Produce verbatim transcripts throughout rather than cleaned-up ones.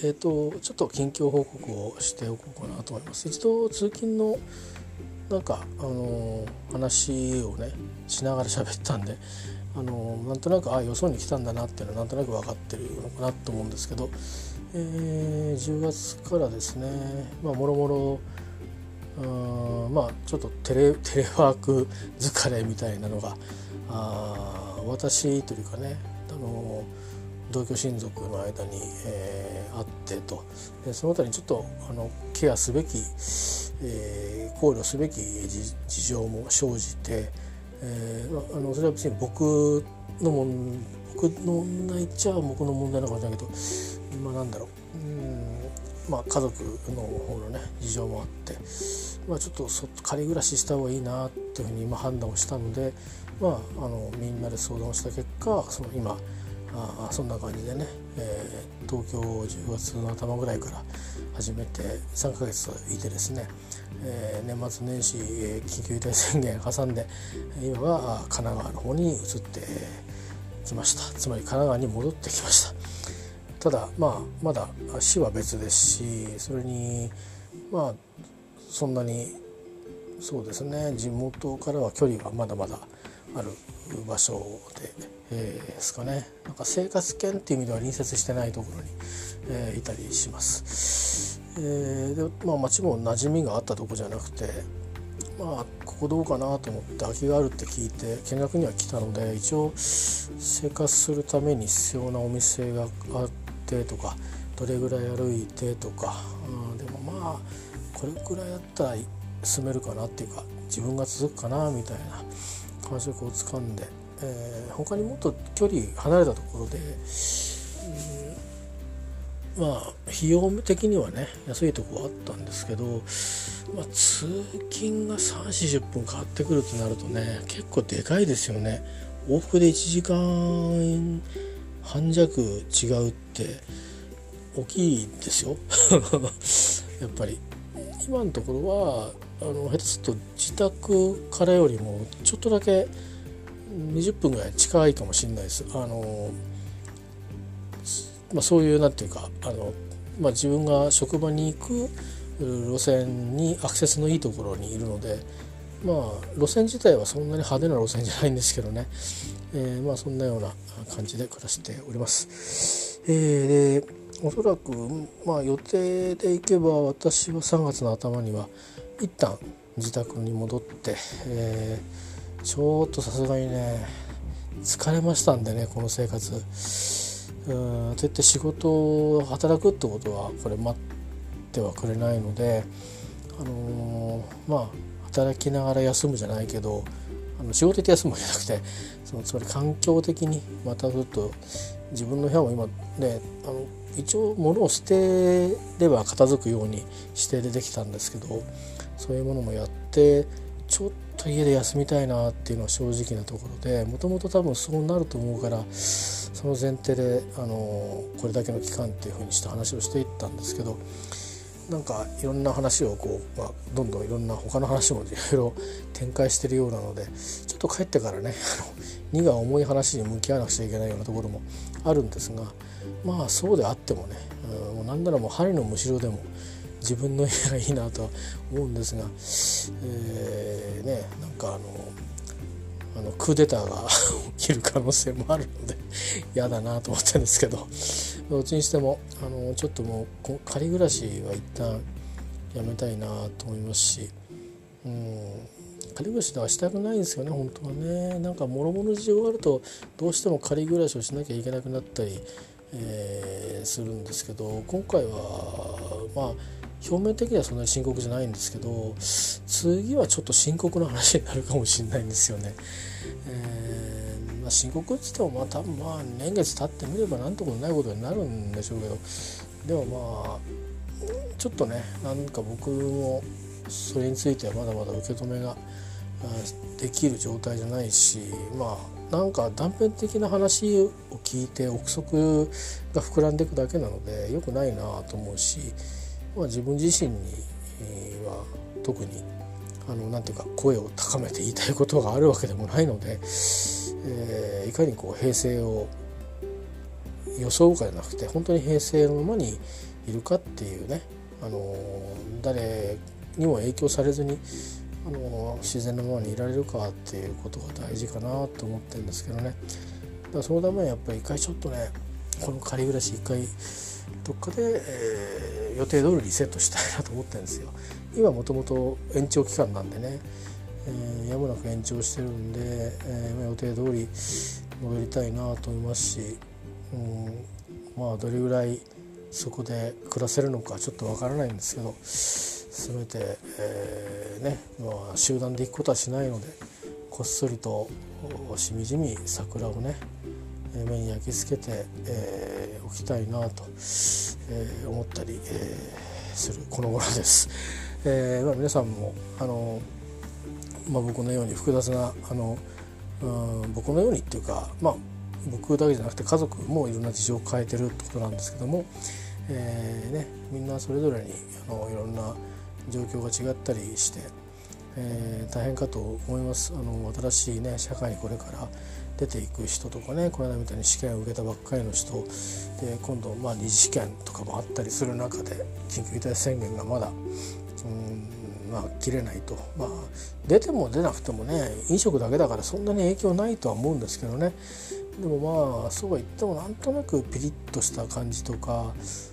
えーと、ちょっと近況報告をしておこうかなと思います。一度通勤のなんか、あのー、話をねしながら喋ったんで、あのー、なんとなくあよそに来たんだなっていうのはなんとなく分かってるのかなと思うんですけど、えー、じゅうがつからですね、まあもろもろうんまあちょっとテレ、テレワーク疲れみたいなのがあ私というかね、あの同居親族の間に、えー、あってと、でそのあたりにちょっとあのケアすべき、えー、考慮すべき事情も生じて、えー、あのそれは別に僕の問僕の問題っちゃ僕の問題なのかもしれないけど、まあなんだろう、うんまあ家族の方のね事情もあって、まあ、ちょっとそ仮暮らしした方がいいなっていうふうに今判断をしたので、まあ、あのみんなで相談をした結果、その今あそんな感じでね、えー、東京じゅうがつの頭ぐらいから始めてさんかげついてですね、えー、年末年始緊急事態宣言挟んで今は神奈川の方に移ってきました。つまり神奈川に戻ってきました。ただまあまだ市は別ですし、それにまあそんなにそうですね、地元からは距離はまだまだある場所で、えー、ですかね。なんか生活圏っていう意味では隣接してないところに、えー、いたりします。えー、でまあ街も馴染みがあったとこじゃなくて、まあここどうかなと思って空きがあるって聞いて見学には来たので、一応生活するために必要なお店があってとか、どれぐらい歩いてとか、うん、でもまあこれくらいだったら住めるかなっていうか自分が続くかなみたいな感触をつかんで、えー、他にもっと距離離れたところで、うん、まあ費用的にはね安いところはあったんですけど、まあ、通勤がさんじゅう、よんじゅっぷん変わってくるとなるとね結構でかいですよね。往復でいちじかんはん弱違うって大きいですよやっぱり今のところはあの下手すると自宅からよりもちょっとだけにじゅっぷんぐらい近いかもしれないです。あの、まあ、そういうなんていうかあの、まあ、自分が職場に行く路線にアクセスのいいところにいるので、まあ路線自体はそんなに派手な路線じゃないんですけどね、えー、まあそんなような感じで暮らしております。えー、でおそらく、まあ、予定で行けば私はさんがつの頭には一旦自宅に戻って、えー、ちょっとさすがにね疲れましたんでね、この生活うんといって仕事を働くってことはこれ待ってはくれないので、あのー、まあ働きながら休むじゃないけど、あの仕事行って休むんじゃなくて、そのつまり環境的にまたちょっと自分の部屋も今ねあの一応物を捨てれば片付くようにして出てきたんですけど、そういうものもやってちょっと家で休みたいなっていうのは正直なところで、もともと多分そうなると思うから、その前提であのこれだけの期間っていうふうにした話をしていったんですけど、なんかいろんな話をこう、まあ、どんどんいろんな他の話もいろいろ展開してるようなので、ちょっと帰ってからねあの荷が重い話に向き合わなくちゃいけないようなところもあるんですが、まあそうであってもね、うん、もうなんならもう針のむしろでも自分の家がいいなとは思うんですが、えー、ねなんかあのあのクーデターが起きる可能性もあるので嫌だなと思ってるんですけど、どっちにしてもあのちょっともう仮暮らしは一旦やめたいなと思いますし、うん、仮暮らしはしたくないんですよね本当はね。なんか諸々の事情があるとどうしても仮暮らしをしなきゃいけなくなったり、えー、するんですけど、今回はまあ表面的にはそんなに深刻じゃないんですけど、次はちょっと深刻な話になるかもしれないんですよね。えーまあ、深刻って言ってもまあ多分まあ年月経ってみればなんともないことになるんでしょうけど、でもまあちょっとねなんか僕もそれについてはまだまだ受け止めができる状態じゃないし、まあなんか断片的な話を聞いて憶測が膨らんでいくだけなので良くないなと思うし、まあ、自分自身には特にあのなんていうか声を高めて言いたいことがあるわけでもないので、えー、いかにこう平静を装うかじゃなくて本当に平静のままに、 いるかっていうね、あの誰にも影響されずに、あの自然のままにいられるかっていうことが大事かなと思ってるんですけどね。だからそのためにやっぱり一回ちょっとね、この仮暮らし一回どっかで、えー、予定通りリセットしたいなと思ってるんですよ。今もともと延長期間なんでね、えー、やむなく延長してるんで、えー、予定通り戻りたいなと思いますし、うん、まあどれぐらいそこで暮らせるのかちょっとわからないんですけど、せめて、えーねまあ、集団で行くことはしないので、こっそりとしみじみ桜をね目に焼き付けて、えー、おきたいなと、えー、思ったり、えー、するこの頃です。えーまあ、皆さんもあの、まあ、僕のように複雑なあの、うん、僕のようにっていうか、まあ、僕だけじゃなくて家族もいろんな事情を変えてるってことなんですけども、えーね、みんなそれぞれにあのいろんな状況が違ったりして、えー、大変かと思います。あの新しい、ね、社会にこれから出ていく人とかね、この間みたいに試験を受けたばっかりの人で、今度まあ二次試験とかもあったりする中で緊急事態宣言がまだうんまあ切れないと、まあ、出ても出なくてもね飲食だけだからそんなに影響ないとは思うんですけどね。でもまあそうは言ってもなんとなくピリッとした感じとか、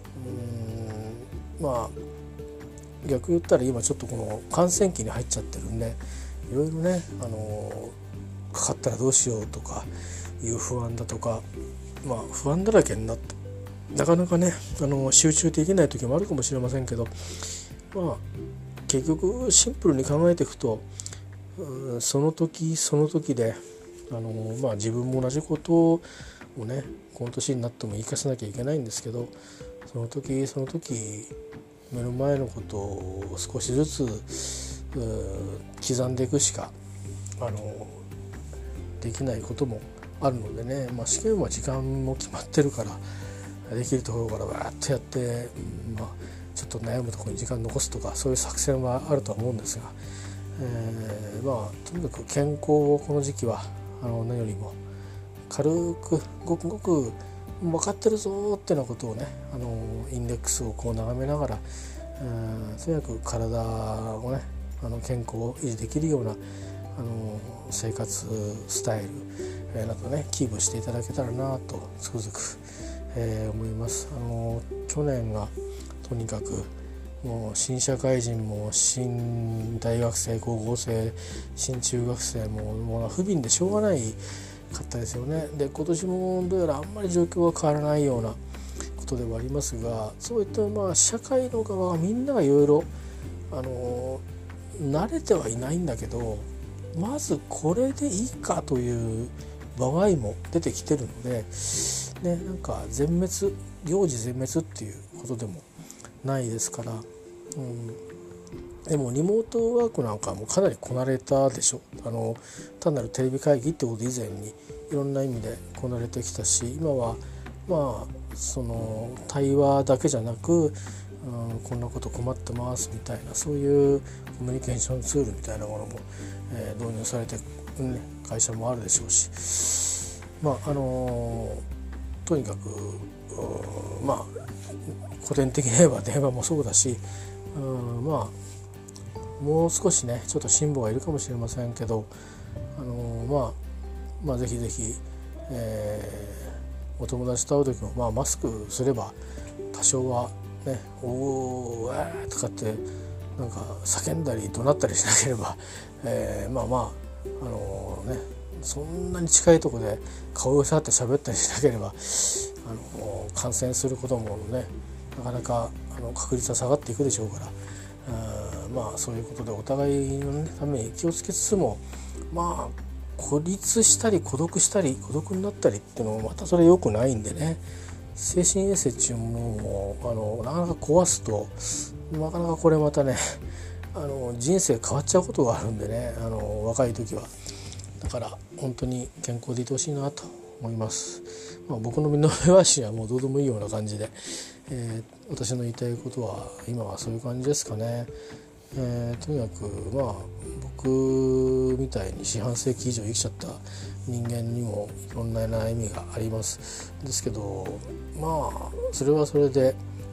うんまあ逆言ったら今ちょっとこの感染期に入っちゃってるんで、いろいろねあのかかったらどうしようとかいう不安だとか、まあ不安だらけになってなかなかねあの集中できない時もあるかもしれませんけど、まあ結局シンプルに考えていくと、うん、その時その時であの、まあ、自分も同じことをねこの年になっても言い返さなきゃいけないんですけど、その時その時目の前のことを少しずつ刻んでいくしかあのできないこともあるのでね、まあ、試験は時間も決まってるからできるところからわーっとやって、まあ、ちょっと悩むところに時間残すとかそういう作戦はあるとは思うんですが、えー、まあとにかく健康をこの時期はあの何よりも軽くごくごく分かってるぞってなことをねあのインデックスをこう眺めながら、えー、とにかく体をねあの健康を維持できるようなあの生活スタイル、えー、などねキープしていただけたらなとつくづく、えー、思います。あの去年がとにかくもう新社会人も新大学生高校生新中学生ももう不憫でしょうがないかったですよね。で今年もどうやらあんまり状況が変わらないようなことではありますが、そういったまあ社会の側がみんながいろいろあの慣れてはいないんだけど、まずこれでいいかという場合も出てきてるので、ね、なんか全滅行事全滅っていうことでもないですから、うん、でもリモートワークなんかもかなりこなれたでしょ。あの単なるテレビ会議ってこと以前にいろんな意味でこなれてきたし、今はまあその対話だけじゃなく、うん、こんなこと困ってますみたいなそういうコミュニケーションツールみたいなものも、えー、導入されてる、ね、会社もあるでしょうし、まああのとにかく、うん、まあ古典的に言えば電話もそうだし、うん、まあもう少しねちょっと辛抱がいるかもしれませんけど、あのまあまあぜひぜひ、えー、お友達と会う時も、まあ、マスクすれば多少はねおーえーとかってなんか叫んだり怒鳴ったりしなければ、えー、まあまああのー、ねそんなに近いところで顔を寄せ合って喋ったりしなければ、あのー、感染することもねなかなかあの確率は下がっていくでしょうから、あまあそういうことでお互いの、ね、ために気をつけつつも、まあ孤立したり孤独したり孤独になったりっていうのもまたそれ良くないんでね、精神衛生っていうものをあのなかなか壊すとなかなかこれまたねあの人生変わっちゃうことがあるんでね、あの若い時はだから本当に健康でいてほしいなと思います。まあ、僕の身の上はしはもうどうでもいいような感じで、えー、私の言いたいことは今はそういう感じですかね。えー、とにかくまあ僕みたいに四半世紀以上生きちゃった人間にもいろんな悩みがあります。ですけどまあそれはそれで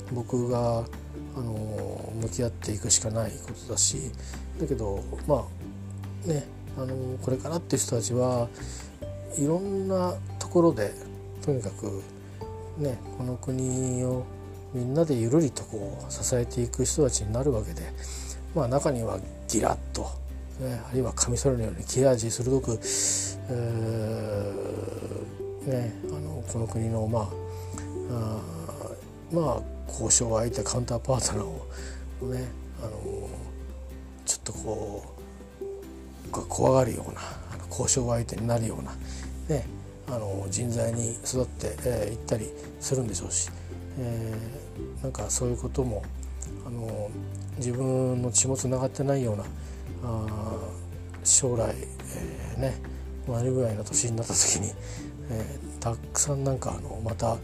僕があの向き合っていくしかないことだし、だけどまあねあのこれからっていう人たちはいろんなところでとにかくねこの国をみんなでゆるりとこう支えていく人たちになるわけで、まあ中にはギラッと、ね、あるいはカミソリのように切れ味鋭く、えーね、あのこの国のまああまあ交渉相手カウンターパートナーをねあのちょっとこう怖がるようなあの交渉相手になるような、ね、あの人材に育ってい、えー、ったりするんでしょうし、えー、なんかそういうこともあの自分の血もつながってないようなあ将来、えー、ね同じぐらいの年になった時に、えー、たくさんなんかあのまた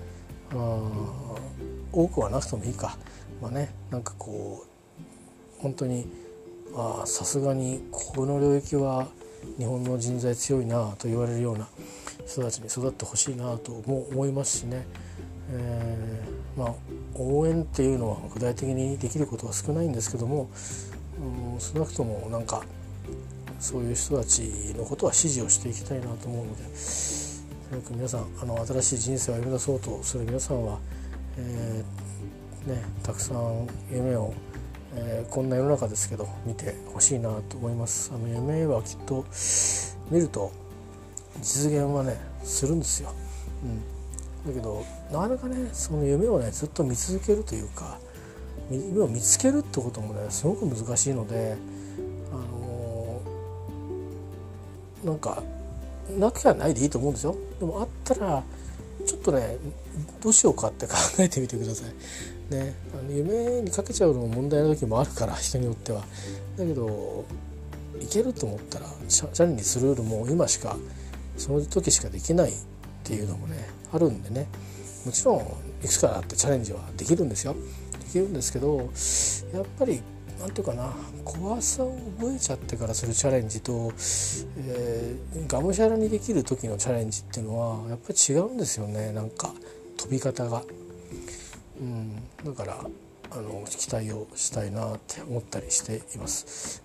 多くはなくてもいいか、まあね、なんかこう本当にさすがにこの領域は日本の人材強いなと言われるような人たちに育ってほしいなとも思いますしね、えーまあ、応援っていうのは具体的にできることは少ないんですけども、うん、少なくともなんかそういう人たちのことは支持をしていきたいなと思うので、とにかく皆さんあの新しい人生を歩み出そうとする皆さんは、えーね、たくさん夢を、えー、こんな世の中ですけど見てほしいなと思います。あの夢はきっと見ると実現はねするんですよ、うん、だけどなかなかねその夢をねずっと見続けるというか夢を見つけるってこともねすごく難しいので、あのー、なんかなくはないでいいと思うんですよ。でもあったらちょっとねどうしようかって考えてみてくださいね。あの夢にかけちゃうのも問題な時もあるから人によっては。だけどいけると思ったらチャレンジするのも今しかその時しかできないっていうのもねあるんでね、もちろんいくつかあってチャレンジはできるんですよ。できるんですけどやっぱりなんていうかな怖さを覚えちゃってからするチャレンジと、えー、がむしゃらにできる時のチャレンジっていうのはやっぱり違うんですよね。なんか飛び方が、うん、だからあの期待をしたいなって思ったりしています。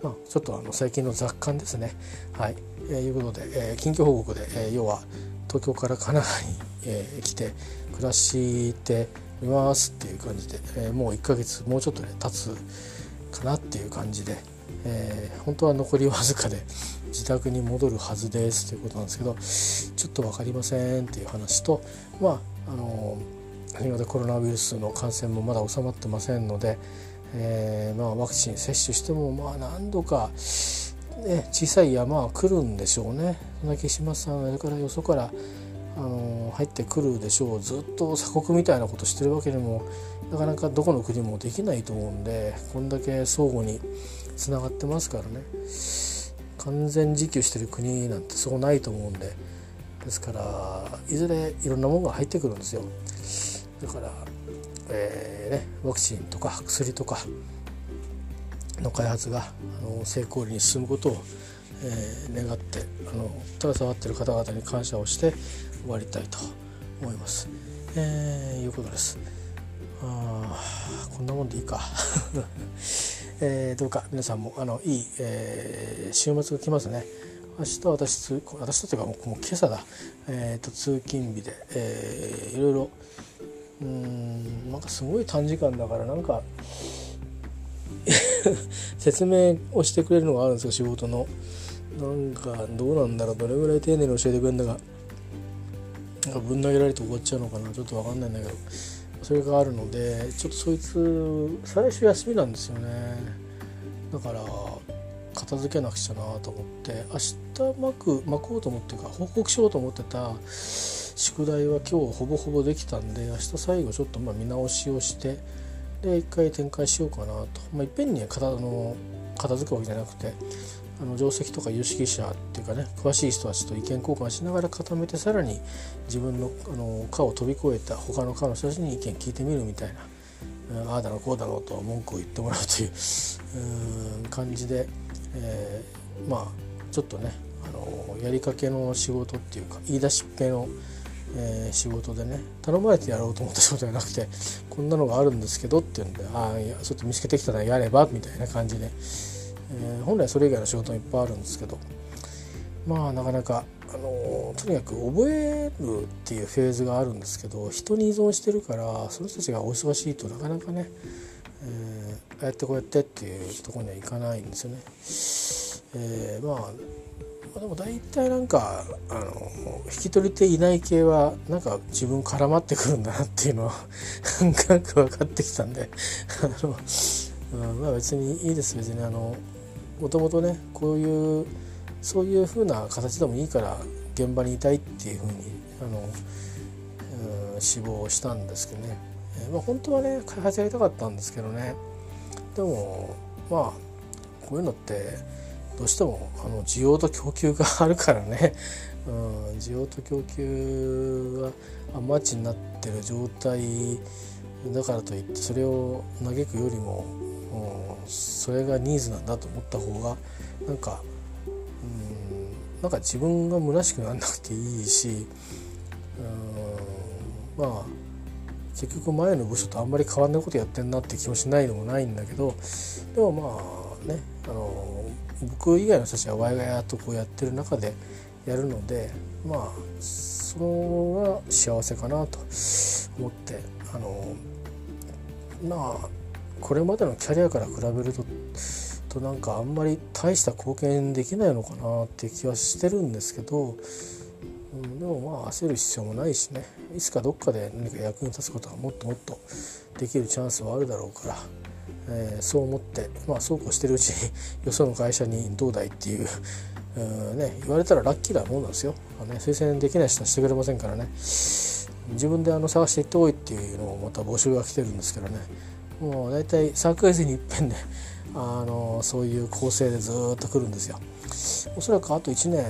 まあ、ちょっとあの最近の雑感ですね。はい、えー、いうことで、えー、近況報告で、えー、要は東京から神奈川に、えー、来て暮らしていますっていう感じで、えー、もういっかげつもうちょっとね経つかなっていう感じで、えー、本当は残りわずかで自宅に戻るはずですということなんですけど、ちょっと分かりませんっていう話と、まああの新型コロナウイルスの感染もまだ収まってませんので、えーまあ、ワクチン接種してもまあ何度か、ね、小さい山は来るんでしょうね。そんな気します。それからよそからあの入ってくるでしょう。ずっと鎖国みたいなことしてるわけでもなかなかどこの国もできないと思うんで、こんだけ相互につながってますからね。完全自給してる国なんてそうないと思うんで、ですからいずれいろんなものが入ってくるんですよ。だから、えーね、ワクチンとか薬とかの開発があの成功に進むことを、えー、願ってあの携わっている方々に感謝をして終わりたいと思います。えー、いうことです。あこんなもんでいいか、えー、どうか皆さんもあのいい、えー、週末が来ますね。明日私私というかもう、もう今朝だ、えー、と通勤日で、えー、いろいろうーんなんかすごい短時間だからなんか説明をしてくれるのがあるんですよ、仕事の。なんかどうなんだろう、どれぐらい丁寧に教えてくれるんだか、なんかぶん投げられて終わっちゃうのかな、ちょっと分かんないんだけど、それがあるのでちょっとそいつ最初休みなんですよね。だから片付けなくちゃなと思って明日巻く巻こうと思ってか報告しようと思ってた宿題は今日ほぼほぼできたんで、明日最後ちょっとまあ見直しをしてで一回展開しようかなと、まあ、いっぺんに片あの片付くわけじゃなくて、あの定石とか有識者っていうかね詳しい人たちと意見交換しながら固めて、さらに自分のあの科を飛び越えた他の科の人たちに意見聞いてみるみたいな、ああだのこうだのと文句を言ってもらうという感じで、えー、まあちょっとねあのやりかけの仕事っていうか言い出しっぺのえー、仕事でね頼まれてやろうと思った仕事じゃなくてこんなのがあるんですけどっていうんで、ああいやちょっと見つけてきたらやればみたいな感じで、えー、本来それ以外の仕事もいっぱいあるんですけど、まあなかなか、あのー、とにかく覚えるっていうフェーズがあるんですけど、人に依存してるからその人たちがお忙しいとなかなかね、えー、ああやってこうやってっていうところにはいかないんですよね。えー、まあでも大体なんかあの引き取り手いない系はなんか自分絡まってくるんだなっていうのはなんか分かってきたんであの、うん、まあ別にいいです。別にあのもともとねこういうそういう風な形でもいいから現場にいたいっていう風にあの、うん、志望したんですけどね、えーまあ、本当はね開発やりたかったんですけどね。でもまあこういうのってどうしてもあの需要と供給があるからね、うん、需要と供給がアンマッチになってる状態だからといってそれを嘆くよりも、うん、それがニーズなんだと思った方がなんか、うん、なんか自分が虚しくならなくていいし、うん、まあ結局前の部署とあんまり変わんないことやってんなって気もしないでもないんだけど、でもまあねあの僕以外の人たちはワイガヤとこうやってる中でやるので、まあそのが幸せかなと思って、あのまあこれまでのキャリアから比べるととなんかあんまり大した貢献できないのかなっていう気はしてるんですけど、うん、でもまあ焦る必要もないしね、いつかどっかで何か役に立つことがもっともっとできるチャンスはあるだろうから、えー、そう思って、まあ、そうこうしてるうちによその会社にどうだいっていう、うんね、言われたらラッキーなもんなんですよ、ね、推薦できない人はしてくれませんからね。自分であの探していってこいっていうのもまた募集が来てるんですけどね、もうだいたいさんかげつに一遍で、ね、あのそういう構成でずっと来るんですよ。おそらくあといちねん、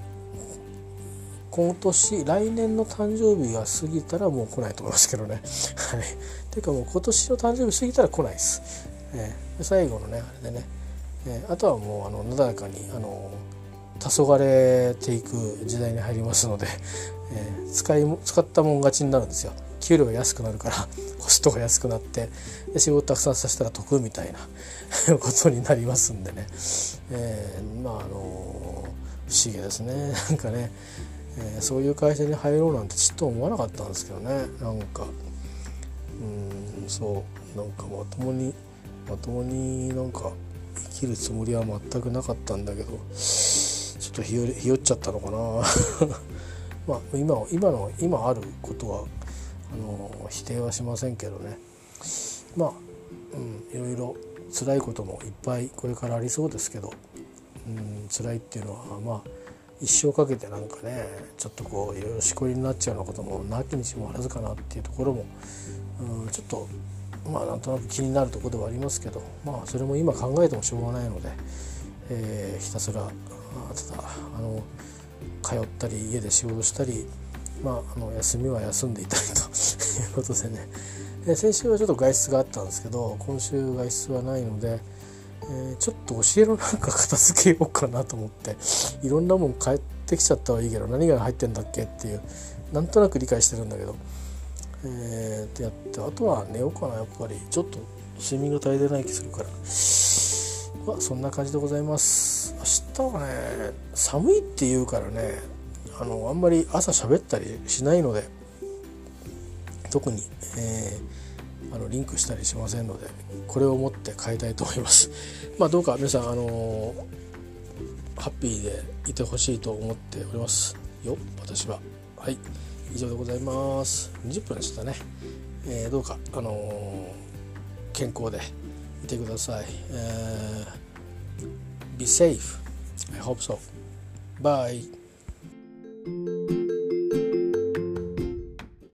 今年来年の誕生日が過ぎたらもう来ないと思いますけどねはい。ていうかもう今年の誕生日過ぎたら来ないです、えー、最後のねあれでね、えー、あとはもうあのなだらかにあの黄昏ていく時代に入りますので、えー、使いも使ったもん勝ちになるんですよ。給料が安くなるからコストが安くなってで仕事たくさんさせたら得みたいなことになりますんでね、えー、まああの不思議ですねなんかね、えー、そういう会社に入ろうなんてちっと思わなかったんですけどね。なんかうんそうなんかまともにまともになんか生きるつもりは全くなかったんだけどちょっとひよひよっちゃったのかなまあ今今の今あることはあの否定はしませんけどね、まあ、うん、いろいろ辛いこともいっぱいこれからありそうですけど、うん、辛いっていうのはまあ一生かけてなんかねちょっとこういろいろしこりになっちゃうようなこともなきにしもあらずかなっていうところも、うん、ちょっとまあなんとなく気になるところではありますけど、まあそれも今考えてもしょうがないので、えー、ひたすらただあの通ったり家で仕事したり、まあ、あの休みは休んでいたりということでね、えー、先週はちょっと外出があったんですけど今週外出はないので、えー、ちょっと教えのなんか片付けようかなと思っていろんなもん帰ってきちゃったはいいけど何が入ってんだっけっていうなんとなく理解してるんだけど、えー、ってやってあとは寝ようかな。やっぱりちょっと睡眠が足りてない気するから、まあ、そんな感じでございます。明日はね寒いって言うからねあのあんまり朝喋ったりしないので特に、えー、あのリンクしたりしませんのでこれを持って変えたいと思います。まあどうか皆さんあのハッピーでいてほしいと思っておりますよ私は。はい以上でございます。にじゅっぷんでしたね、えー、どうかあのー、健康でいてください、えー、Be safe I hope so Bye